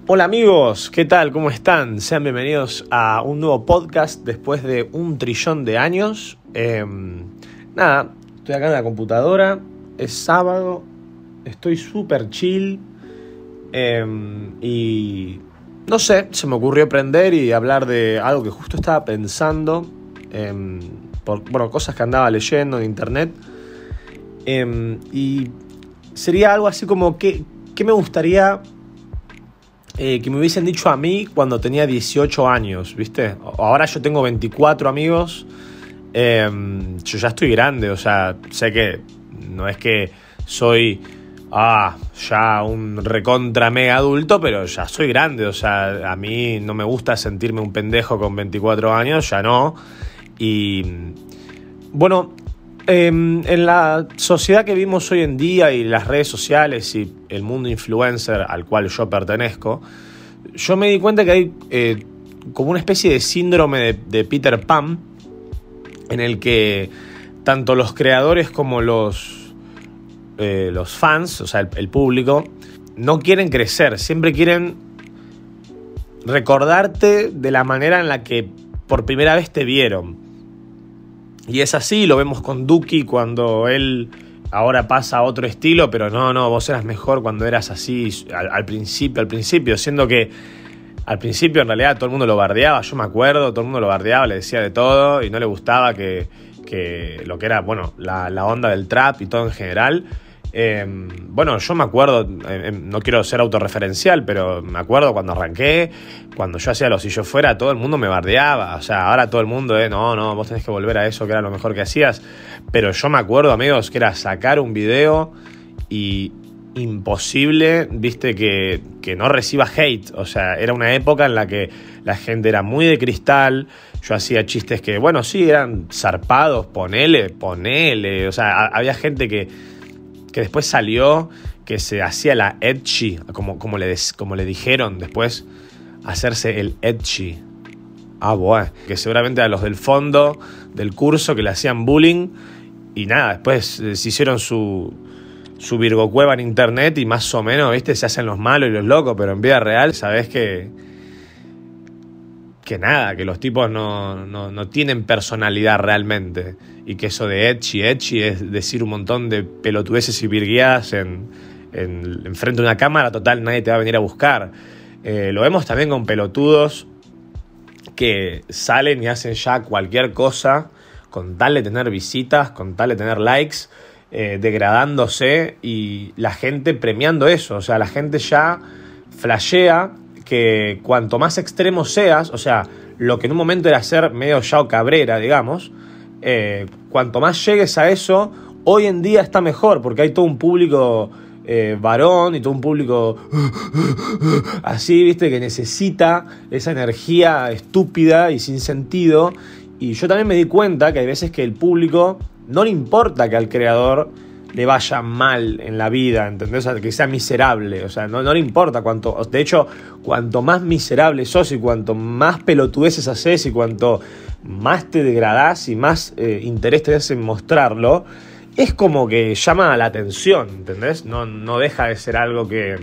Hola amigos, ¿qué tal? ¿Cómo están? Sean bienvenidos a un nuevo podcast después de 1.000.000.000 de años. Estoy acá en la computadora, es sábado, estoy súper chill y no sé, se me ocurrió prender y hablar de algo que justo estaba pensando, cosas que andaba leyendo en internet y sería algo así como ¿qué me gustaría que me hubiesen dicho a mí cuando tenía 18 años, ¿viste? Ahora yo tengo 24 amigos, yo ya estoy grande, o sea, sé que no es que soy ya un recontra mega adulto, pero ya soy grande, o sea, a mí no me gusta sentirme un pendejo con 24 años, ya no. Y bueno, en la sociedad que vivimos hoy en día y las redes sociales y el mundo influencer al cual yo pertenezco, yo me di cuenta que hay como una especie de síndrome de Peter Pan, en el que tanto los creadores como los fans, o sea, el público, no quieren crecer, siempre quieren recordarte de la manera en la que por primera vez te vieron. Y es así, lo vemos con Duki cuando él ahora pasa a otro estilo, pero no, vos eras mejor cuando eras así al principio, siendo que al principio en realidad todo el mundo lo bardeaba, yo me acuerdo, todo el mundo lo bardeaba, le decía de todo y no le gustaba que lo que era, la onda del trap y todo en general. Yo me acuerdo, no quiero ser autorreferencial, pero me acuerdo cuando arranqué, cuando yo hacía los Si Yo Fuera, todo el mundo me bardeaba, o sea, ahora todo el mundo, no, vos tenés que volver a eso, que era lo mejor que hacías, pero yo me acuerdo, amigos, que era sacar un video y imposible, viste, que no reciba hate, o sea, era una época en la que la gente era muy de cristal, yo hacía chistes que, sí, eran zarpados, ponele, o sea, había gente que después salió, que se hacía la edgy, como le dijeron después, hacerse el edgy. Que seguramente a los del fondo del curso que le hacían bullying, y nada, después se hicieron su Virgo Cueva en internet y más o menos, viste, se hacen los malos y los locos, pero en vida real sabés que los tipos no tienen personalidad realmente, y que eso de edgy es decir un montón de pelotudeces y virgueadas en frente de una cámara, total, nadie te va a venir a buscar. Lo vemos también con pelotudos que salen y hacen ya cualquier cosa con tal de tener visitas, con tal de tener likes, degradándose, y la gente premiando eso, o sea, la gente ya flashea que cuanto más extremo seas, o sea, lo que en un momento era ser medio Yao Cabrera, digamos, cuanto más llegues a eso, hoy en día está mejor, porque hay todo un público varón y todo un público así, viste, que necesita esa energía estúpida y sin sentido. Y yo también me di cuenta que hay veces que el público no le importa que al creador le vaya mal en la vida, ¿entendés? O sea, que sea miserable, o sea, no le importa cuánto. De hecho, cuanto más miserable sos y cuanto más pelotudeces haces y cuanto más te degradás y más interés te das en mostrarlo, es como que llama la atención, ¿entendés? No deja de ser algo que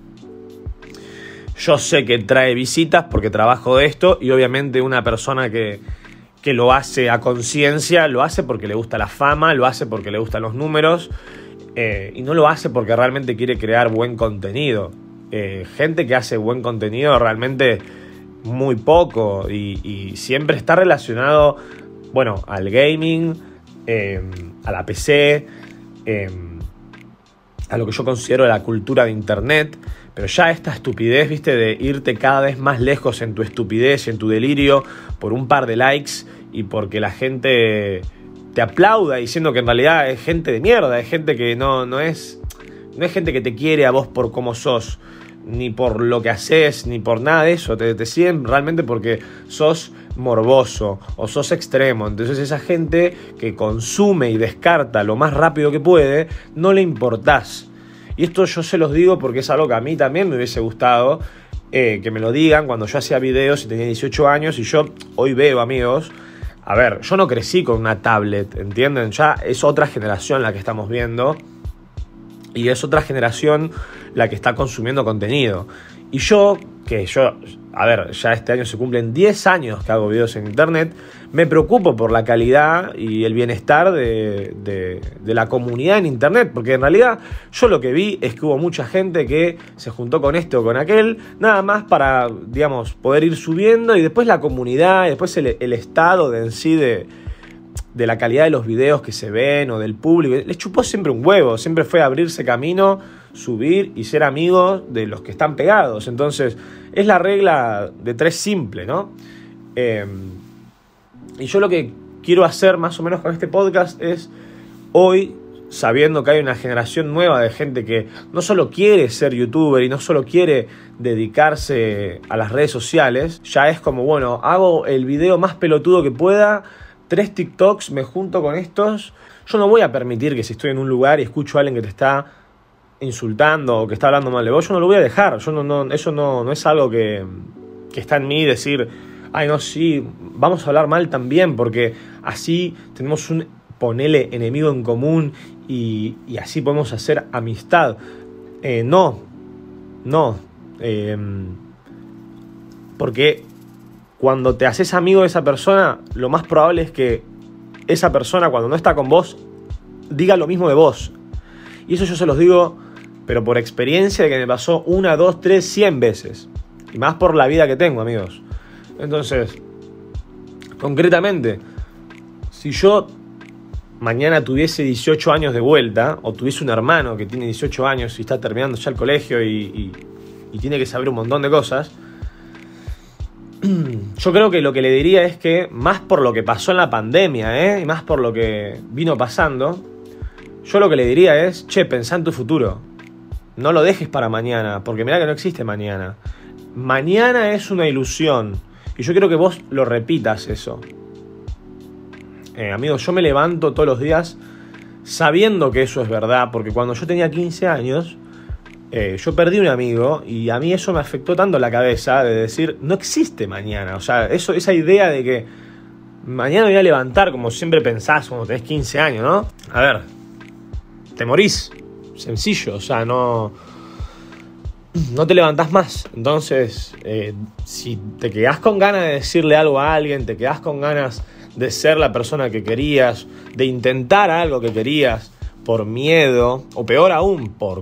yo sé que trae visitas porque trabajo de esto, y obviamente una persona que lo hace a conciencia, lo hace porque le gusta la fama, lo hace porque le gustan los números, y no lo hace porque realmente quiere crear buen contenido. Gente que hace buen contenido realmente muy poco, y siempre está relacionado, al gaming, a la PC, a lo que yo considero la cultura de internet. Pero ya esta estupidez, viste, de irte cada vez más lejos en tu estupidez y en tu delirio por un par de likes y porque la gente te aplauda diciendo que en realidad es gente de mierda, es gente que no es gente que te quiere a vos por cómo sos, ni por lo que haces, ni por nada de eso. Te siguen realmente porque sos morboso o sos extremo. Entonces esa gente que consume y descarta lo más rápido que puede, no le importás. Y esto yo se los digo porque es algo que a mí también me hubiese gustado que me lo digan cuando yo hacía videos y tenía 18 años. Y yo hoy veo, amigos, a ver, yo no crecí con una tablet, ¿entienden? Ya es otra generación la que estamos viendo, y es otra generación la que está consumiendo contenido. Y yo que yo, a ver, ya este año se cumplen 10 años que hago videos en internet, me preocupo por la calidad y el bienestar de la comunidad en internet, porque en realidad yo lo que vi es que hubo mucha gente que se juntó con este o con aquel, nada más para, digamos, poder ir subiendo, y después la comunidad, y después el estado de en sí de la calidad de los videos que se ven o del público, les chupó siempre un huevo, siempre fue abrirse camino, subir y ser amigos de los que están pegados. Entonces es la regla de 3 simple, ¿no? Y yo lo que quiero hacer más o menos con este podcast es, hoy, sabiendo que hay una generación nueva de gente que no solo quiere ser youtuber y no solo quiere dedicarse a las redes sociales, ya es como, bueno, hago el video más pelotudo que pueda, 3 TikToks, me junto con estos. Yo no voy a permitir que si estoy en un lugar y escucho a alguien que te está insultando o que está hablando mal de vos, yo no lo voy a dejar. Eso no es algo que está en mí, decir, ay no, sí, vamos a hablar mal también, porque así tenemos un, ponele, enemigo en común y así podemos hacer amistad. No. Porque cuando te haces amigo de esa persona, lo más probable es que esa persona, cuando no está con vos, diga lo mismo de vos. Y eso yo se los digo, pero por experiencia de que me pasó 1, 2, 3, 100 veces. Y más por la vida que tengo, amigos. Entonces, concretamente, si yo mañana tuviese 18 años de vuelta, o tuviese un hermano que tiene 18 años y está terminando ya el colegio y tiene que saber un montón de cosas, yo creo que lo que le diría es que, más por lo que pasó en la pandemia, y más por lo que vino pasando, yo lo que le diría es, che, pensá en tu futuro. No lo dejes para mañana, porque mirá que no existe mañana. Mañana es una ilusión. Y yo quiero que vos lo repitas eso. Amigos, yo me levanto todos los días sabiendo que eso es verdad, porque cuando yo tenía 15 años, yo perdí un amigo y a mí eso me afectó tanto la cabeza de decir, no existe mañana. O sea, esa idea de que mañana me voy a levantar, como siempre pensás cuando tenés 15 años, ¿no? A ver, te morís. Sencillo, o sea, no te levantás más. Entonces, si te quedás con ganas de decirle algo a alguien, te quedás con ganas de ser la persona que querías, de intentar algo que querías, por miedo, o peor aún, por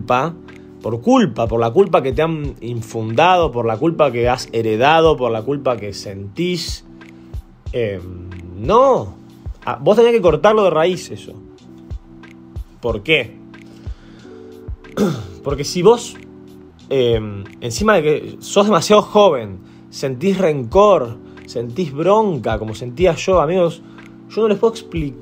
la culpa que te han infundado, por la culpa que has heredado, por la culpa que sentís, no, vos tenés que cortarlo de raíz eso. ¿Por qué? Porque si vos, encima de que sos demasiado joven, sentís rencor, sentís bronca, como sentía yo, amigos, yo no les puedo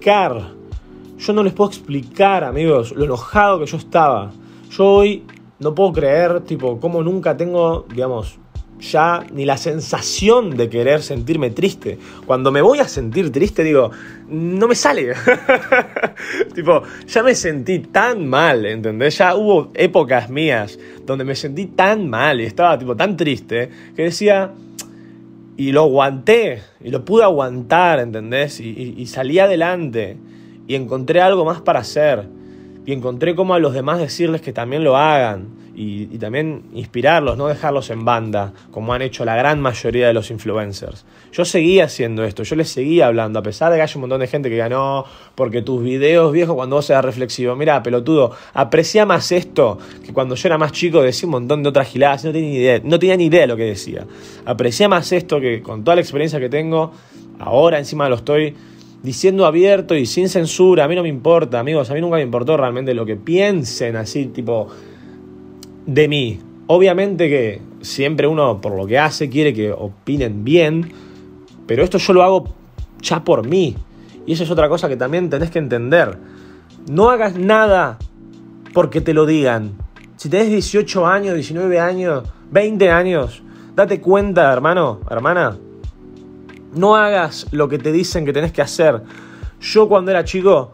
explicar, amigos, lo enojado que yo estaba. Yo hoy no puedo creer, cómo nunca tengo, digamos, ya ni la sensación de querer sentirme triste. Cuando me voy a sentir triste, digo, no me sale. Ya me sentí tan mal, ¿entendés? Ya hubo épocas mías donde me sentí tan mal y estaba tan triste que decía, y lo aguanté, y lo pude aguantar, ¿entendés? Y salí adelante y encontré algo más para hacer. Y encontré cómo a los demás decirles que también lo hagan. Y también inspirarlos, no dejarlos en banda, como han hecho la gran mayoría de los influencers. Yo seguía haciendo esto, yo les seguía hablando, a pesar de que hay un montón de gente que ganó, porque tus videos, viejo, cuando vos seas reflexivo, mira, pelotudo, aprecia más esto, que cuando yo era más chico decía un montón de otras giladas, no tenía ni idea de lo que decía. Aprecia más esto, que con toda la experiencia que tengo, ahora encima lo estoy diciendo abierto y sin censura. A mí no me importa, amigos, a mí nunca me importó realmente lo que piensen así, de mí. Obviamente que siempre uno, por lo que hace, quiere que opinen bien, pero esto yo lo hago ya por mí. Y eso es otra cosa que también tenés que entender. No hagas nada porque te lo digan. Si tenés 18 años, 19 años, 20 años, date cuenta, hermano, hermana. No hagas lo que te dicen que tenés que hacer. Yo cuando era chico,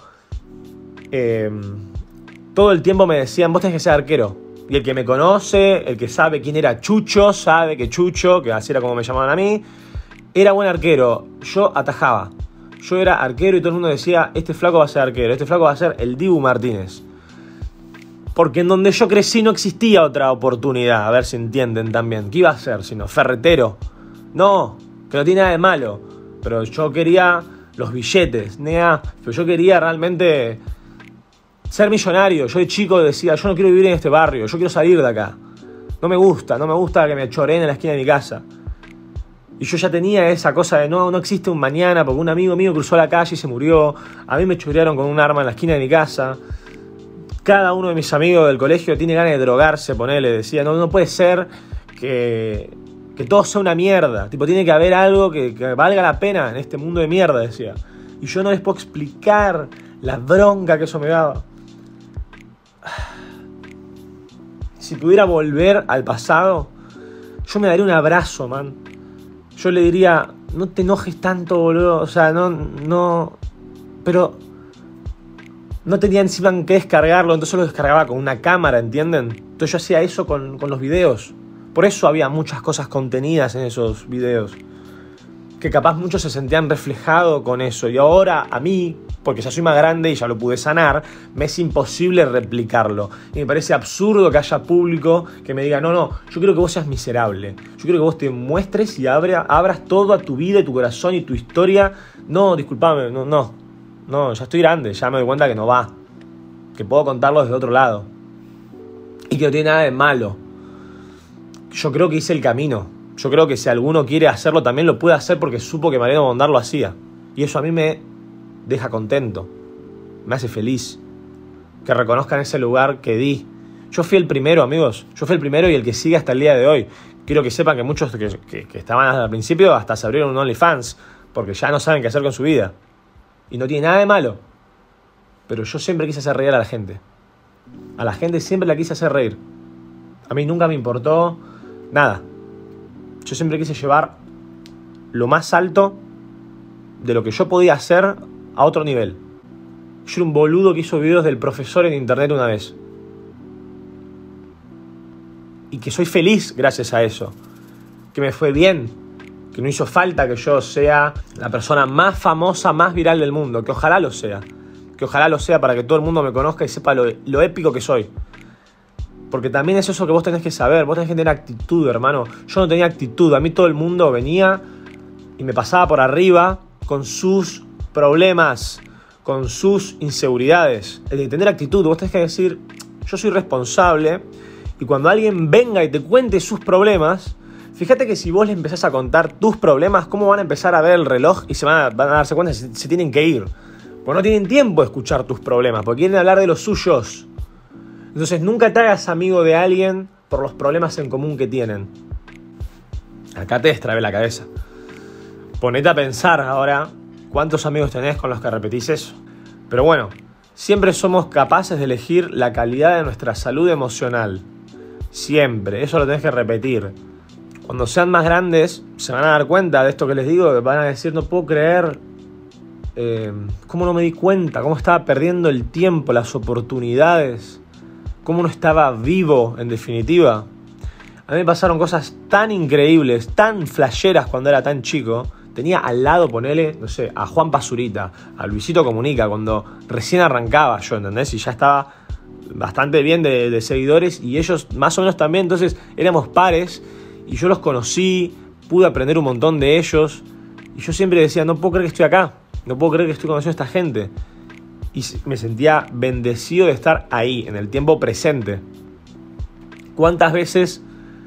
todo el tiempo me decían, vos tenés que ser arquero. Y el que me conoce, el que sabe quién era Chucho, sabe que Chucho, que así era como me llamaban a mí, era buen arquero. Yo atajaba. Yo era arquero y todo el mundo decía, este flaco va a ser arquero, este flaco va a ser el Dibu Martínez. Porque en donde yo crecí no existía otra oportunidad, a ver si entienden también. ¿Qué iba a ser sino ferretero? No, que no tiene nada de malo. Pero yo quería los billetes, pero yo quería realmente ser millonario. Yo de chico decía, yo no quiero vivir en este barrio, yo quiero salir de acá. No me gusta que me choreen en la esquina de mi casa. Y yo ya tenía esa cosa de no existe un mañana, porque un amigo mío cruzó la calle y se murió. A mí me chorearon con un arma en la esquina de mi casa. Cada uno de mis amigos del colegio tiene ganas de drogarse, ponele. Decía, no puede ser que todo sea una mierda. Tipo, tiene que haber algo que valga la pena en este mundo de mierda, decía. Y yo no les puedo explicar la bronca que eso me daba. Si pudiera volver al pasado, yo me daría un abrazo, man. Yo le diría, no te enojes tanto, boludo. O sea, no. Pero no tenía encima que descargarlo, entonces lo descargaba con una cámara, ¿entienden? Entonces yo hacía eso con los videos. Por eso había muchas cosas contenidas en esos videos. Que capaz muchos se sentían reflejados con eso. Y ahora a mí, porque ya soy más grande y ya lo pude sanar, me es imposible replicarlo. Y me parece absurdo que haya público que me diga, no, yo quiero que vos seas miserable. Yo quiero que vos te muestres y abras toda tu vida y tu corazón y tu historia. No, disculpame, no, ya estoy grande, ya me doy cuenta que no va. Que puedo contarlo desde otro lado. Y que no tiene nada de malo. Yo creo que hice el camino. Yo creo que si alguno quiere hacerlo también lo puede hacer porque supo que Mariano Bondar lo hacía. Y eso a mí me deja contento. Me hace feliz. Que reconozcan ese lugar que di. Yo fui el primero, amigos. Yo fui el primero y el que sigue hasta el día de hoy. Quiero que sepan que muchos que estaban al principio hasta se abrieron un OnlyFans. Porque ya no saben qué hacer con su vida. Y no tiene nada de malo. Pero yo siempre quise hacer reír a la gente. A la gente siempre la quise hacer reír. A mí nunca me importó nada. Yo siempre quise llevar lo más alto de lo que yo podía hacer a otro nivel. Yo era un boludo que hizo videos del profesor en internet una vez. Y que soy feliz gracias a eso. Que me fue bien. Que no hizo falta que yo sea la persona más famosa, más viral del mundo. Que ojalá lo sea. Que ojalá lo sea para que todo el mundo me conozca y sepa lo épico que soy. Porque también es eso que vos tenés que saber. Vos tenés que tener actitud, hermano. Yo no tenía actitud. A mí todo el mundo venía y me pasaba por arriba con sus problemas, con sus inseguridades. El de tener actitud, vos tenés que decir, yo soy responsable. Y cuando alguien venga y te cuente sus problemas, fíjate que si vos le empezás a contar tus problemas, cómo van a empezar a ver el reloj y van a darse cuenta que se tienen que ir. Porque no tienen tiempo de escuchar tus problemas, porque quieren hablar de los suyos. Entonces nunca te hagas amigo de alguien por los problemas en común que tienen. Acá te destrabé la cabeza. Ponete a pensar ahora cuántos amigos tenés con los que repetís eso. Pero bueno, siempre somos capaces de elegir la calidad de nuestra salud emocional. Siempre, eso lo tenés que repetir. Cuando sean más grandes se van a dar cuenta de esto que les digo. Van a decir, no puedo creer cómo no me di cuenta, cómo estaba perdiendo el tiempo, las oportunidades. Cómo no estaba vivo, en definitiva. A mí me pasaron cosas tan increíbles, tan flasheras cuando era tan chico. Tenía al lado, ponele, no sé, a Juan Pazurita, a Luisito Comunica, cuando recién arrancaba yo, ¿entendés? Y ya estaba bastante bien de seguidores y ellos más o menos también. Entonces éramos pares y yo los conocí, pude aprender un montón de ellos. Y yo siempre decía, no puedo creer que estoy acá, no puedo creer que estoy conociendo a esta gente. Y me sentía bendecido de estar ahí, en el tiempo presente. ¿Cuántas veces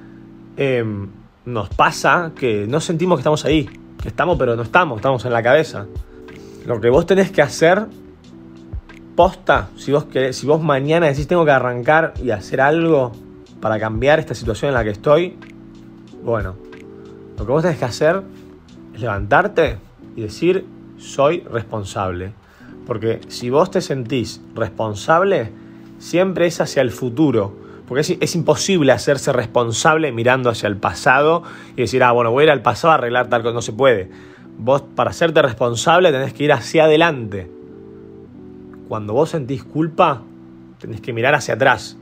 nos pasa que no sentimos que estamos ahí? Que estamos, pero no estamos en la cabeza. Lo que vos tenés que hacer, posta, si vos mañana decís tengo que arrancar y hacer algo para cambiar esta situación en la que estoy, bueno, lo que vos tenés que hacer es levantarte y decir, soy responsable. Porque si vos te sentís responsable, siempre es hacia el futuro. Porque es imposible hacerse responsable mirando hacia el pasado y decir, bueno, voy a ir al pasado a arreglar tal cosa. No se puede. Vos, para hacerte responsable, tenés que ir hacia adelante. Cuando vos sentís culpa, tenés que mirar hacia atrás.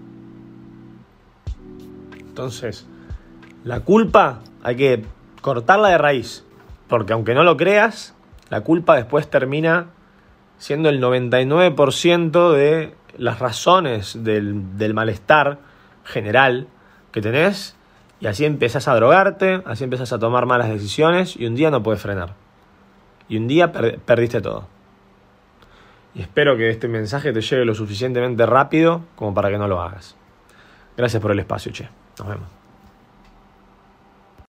Entonces, la culpa hay que cortarla de raíz. Porque aunque no lo creas, la culpa después termina siendo el 99% de las razones del malestar general que tenés, y así empezás a drogarte, así empezás a tomar malas decisiones, y un día no puedes frenar. Y un día perdiste todo. Y espero que este mensaje te llegue lo suficientemente rápido como para que no lo hagas. Gracias por el espacio, che. Nos vemos.